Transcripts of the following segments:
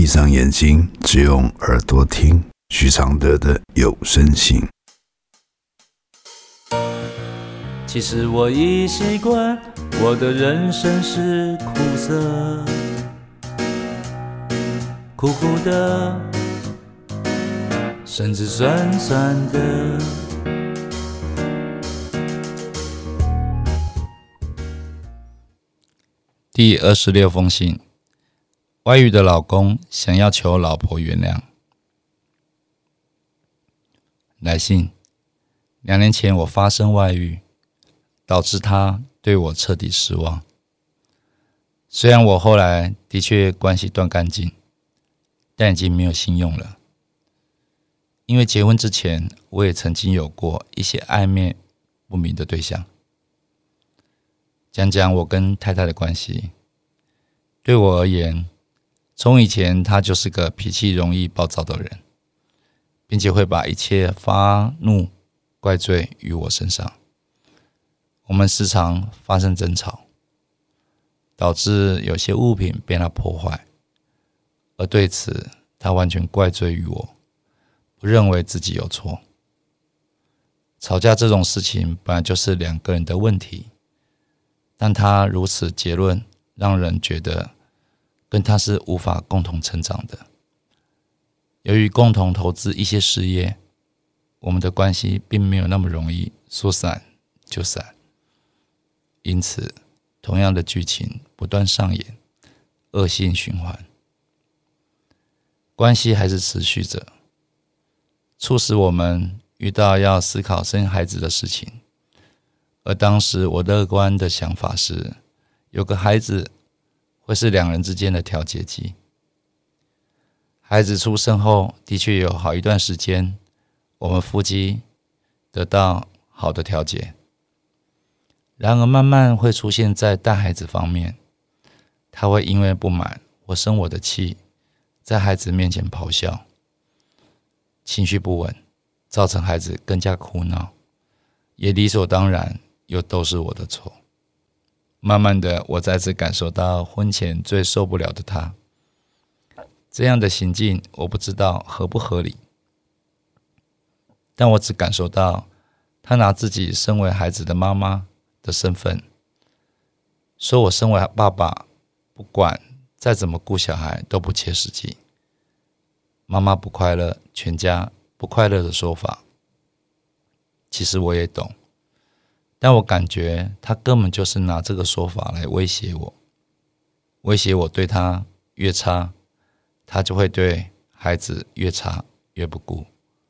上眼睛，只用耳朵听许常德的有声信。 其实我已习惯，我的人生是苦涩，苦苦的，甚至酸酸的。 第26封信，外遇的老公想要求老婆原谅。来信：2年前我发生外遇，导致他对我彻底失望。虽然我后来的确关系断干净，但已经没有信用了。因为结婚之前，我也曾经有过一些暧昧不明的对象。讲讲我跟太太的关系。对我而言，从以前她就是个脾气容易暴躁的人，并且会把一切发怒怪罪于我身上。我们时常发生争吵，导致有些物品被她破坏，而对此她完全怪罪于我，不认为自己有错。吵架这种事情本来就是2个人的问题，但他如此结论，让人觉得跟他是无法共同成长的。由于共同投资一些事业，我们的关系并没有那么容易说散就散，因此同样的剧情不断上演，恶性循环，关系还是持续着，促使我们遇到要思考生孩子的事情。而当时我乐观的想法是，有个孩子会是2人之间的调节剂。孩子出生后，的确有好一段时间，我们夫妻得到好的调节。然而慢慢会出现在带孩子方面，他会因为不满或生我的气，在孩子面前咆哮，情绪不稳，造成孩子更加哭闹，也理所当然又都是我的错。慢慢的，我再次感受到婚前最受不了的他。这样的行径我不知道合不合理，但我只感受到他拿自己身为孩子的妈妈的身份，说我身为爸爸，不管再怎么顾小孩都不切实际。妈妈不快乐，全家不快乐的说法，其实我也懂，但我感觉他根本就是拿这个说法来威胁我，威胁我对他越差，他就会对孩子越差越不顾。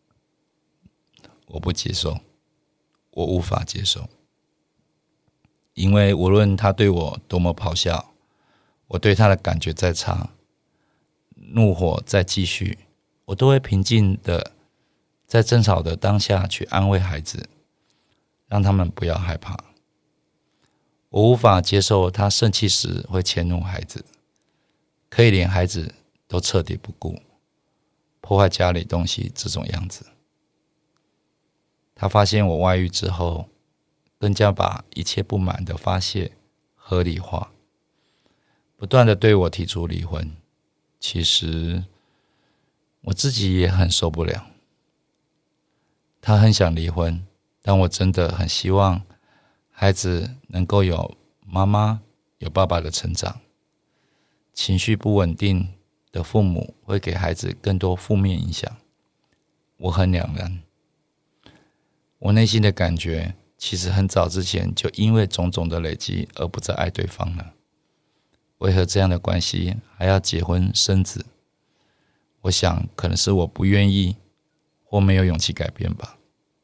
我不接受，我无法接受，因为无论他对我多么咆哮，我对他的感觉再差，怒火再继续，我都会平静的在争吵的当下去安慰孩子，让他们不要害怕。我无法接受他生气时会迁怒孩子，可以连孩子都彻底不顾，破坏家里东西这种样子。他发现我外遇之后，更加把一切不满的发泄合理化，不断的对我提出离婚。其实我自己也很受不了，他很想离婚，但我真的很希望孩子能够有妈妈有爸爸的成长。情绪不稳定的父母会给孩子更多负面影响，我很两难。我内心的感觉其实很早之前就因为种种的累积而不再爱对方了，为何这样的关系还要结婚生子？我想可能是我不愿意或没有勇气改变吧。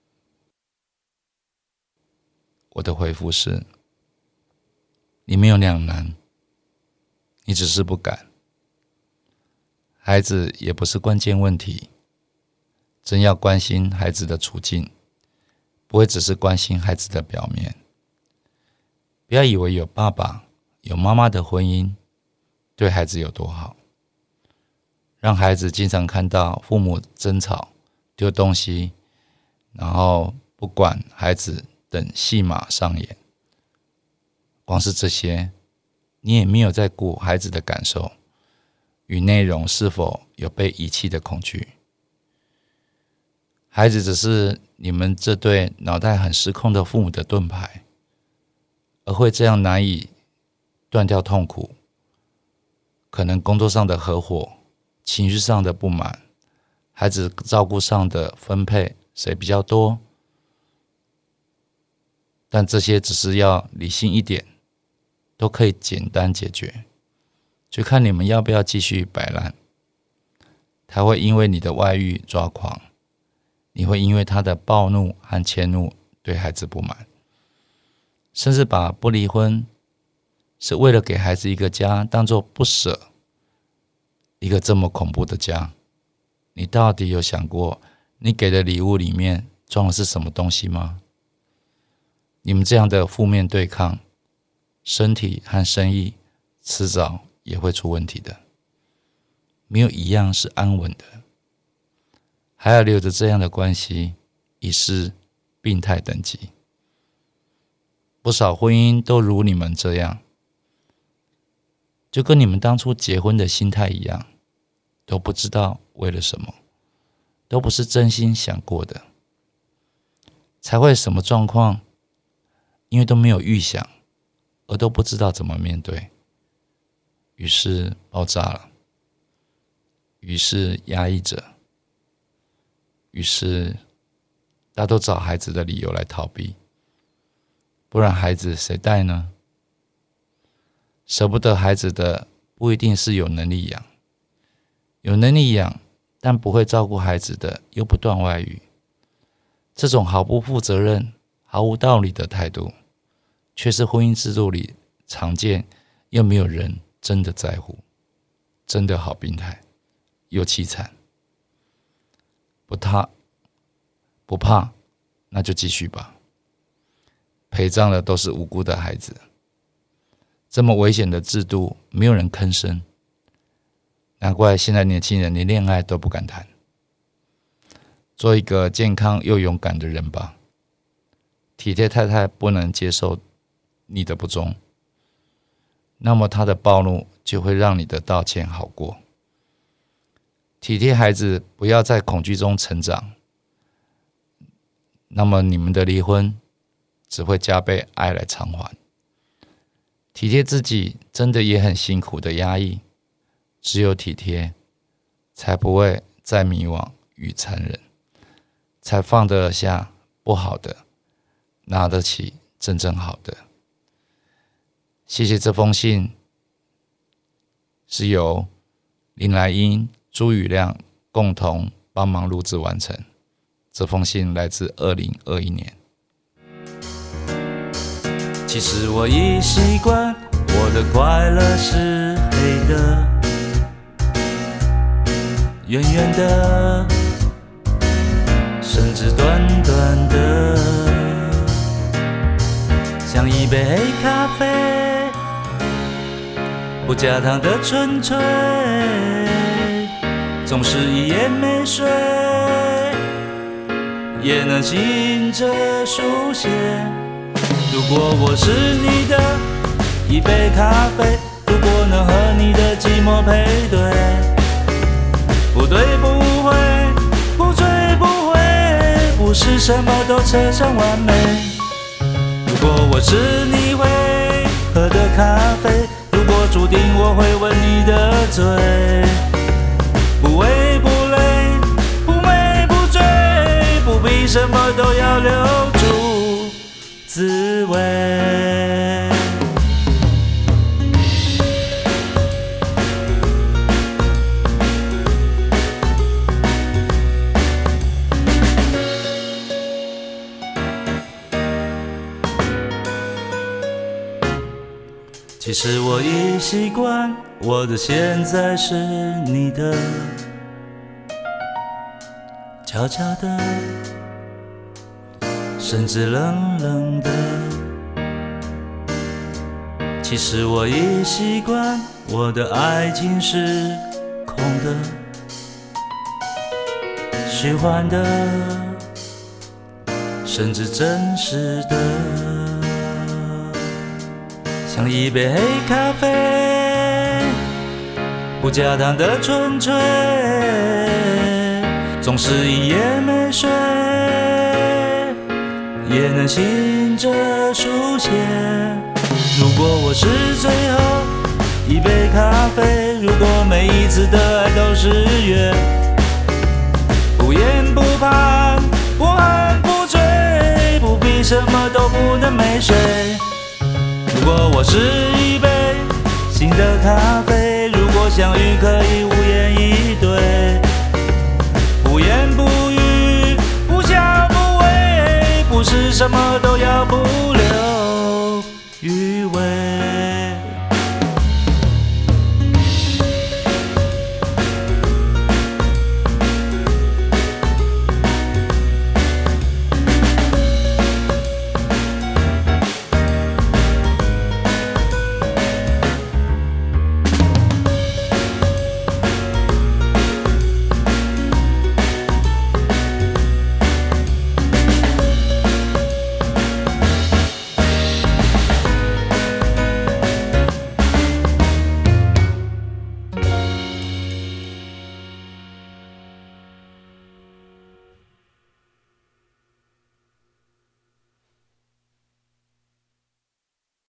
我的回复是，你没有两难，你只是不敢。孩子也不是关键问题，真要关心孩子的处境，不会只是关心孩子的表面。不要以为有爸爸有妈妈的婚姻对孩子有多好，让孩子经常看到父母争吵丢东西，然后不管孩子等戏码上演。光是这些，你也没有在顾孩子的感受， 与内容是否有被遗弃的恐惧。孩子只是你们这对脑袋很失控的父母的盾牌，而会这样难以断掉痛苦，可能工作上的合伙，情绪上的不满，孩子照顾上的分配谁比较多，但这些只是要理性一点，都可以简单解决，就看你们要不要继续摆烂。他会因为你的外遇抓狂，你会因为他的暴怒和迁怒对孩子不满，甚至把不离婚是为了给孩子一个家当作不舍。一个这么恐怖的家，你到底有想过你给的礼物里面装的是什么东西吗？你们这样的负面对抗，身体和生意迟早也会出问题的，没有一样是安稳的，还要留着这样的关系，已是病态等级。不少婚姻都如你们这样，就跟你们当初结婚的心态一样，都不知道为了什么，都不是真心想过的，才会什么状况，因为都没有预想，而都不知道怎么面对，于是爆炸了，于是压抑着，于是大家都找孩子的理由来逃避，不然孩子谁带呢？舍不得孩子的不一定是有能力养，有能力养但不会照顾孩子的又不断外遇，这种毫不负责任、毫无道理的态度，却是婚姻制度里常见又没有人真的在乎，真的好病态又凄惨。不怕，那就继续吧，陪葬的都是无辜的孩子。这么危险的制度，没有人吭声，难怪现在年轻人连恋爱都不敢谈。做一个健康又勇敢的人吧。体贴太太不能接受你的不忠，那么他的暴怒就会让你的道歉好过。体贴孩子不要在恐惧中成长，那么你们的离婚只会加倍爱来偿还。体贴自己真的也很辛苦的压抑，只有体贴才不会再迷惘与残忍，才放得下不好的，拿得起真正好的。谢谢这封信是由林来英、朱宇亮共同帮忙录制完成。这封信来自2021年。 其实我已习惯，我的快乐是黑的，圆圆的，甚至短短的，像一杯黑咖啡，不加糖的纯粹，总是一夜没睡，也能醒着书写。如果我是你的一杯咖啡，如果能和你的寂寞配对，不对不会，不追不回，不是什么都扯上完美。如果我是你会喝的咖啡，如果注定我会吻你的嘴，不为不累，不美不追，不必什么都要留住滋味。其实我已习惯，我的现在是你的，悄悄的，甚至冷冷的。其实我已习惯，我的爱情是空的，虚幻的，甚至真实的，像一杯黑咖啡， 不加糖的纯粹，总是一夜没睡，也能醒着书写。如果我是最后一杯咖啡，如果每一次的爱都是约，不言不怕，不恨不追，不必什么都不能没睡。如果我是一杯新的咖啡，如果相遇可以无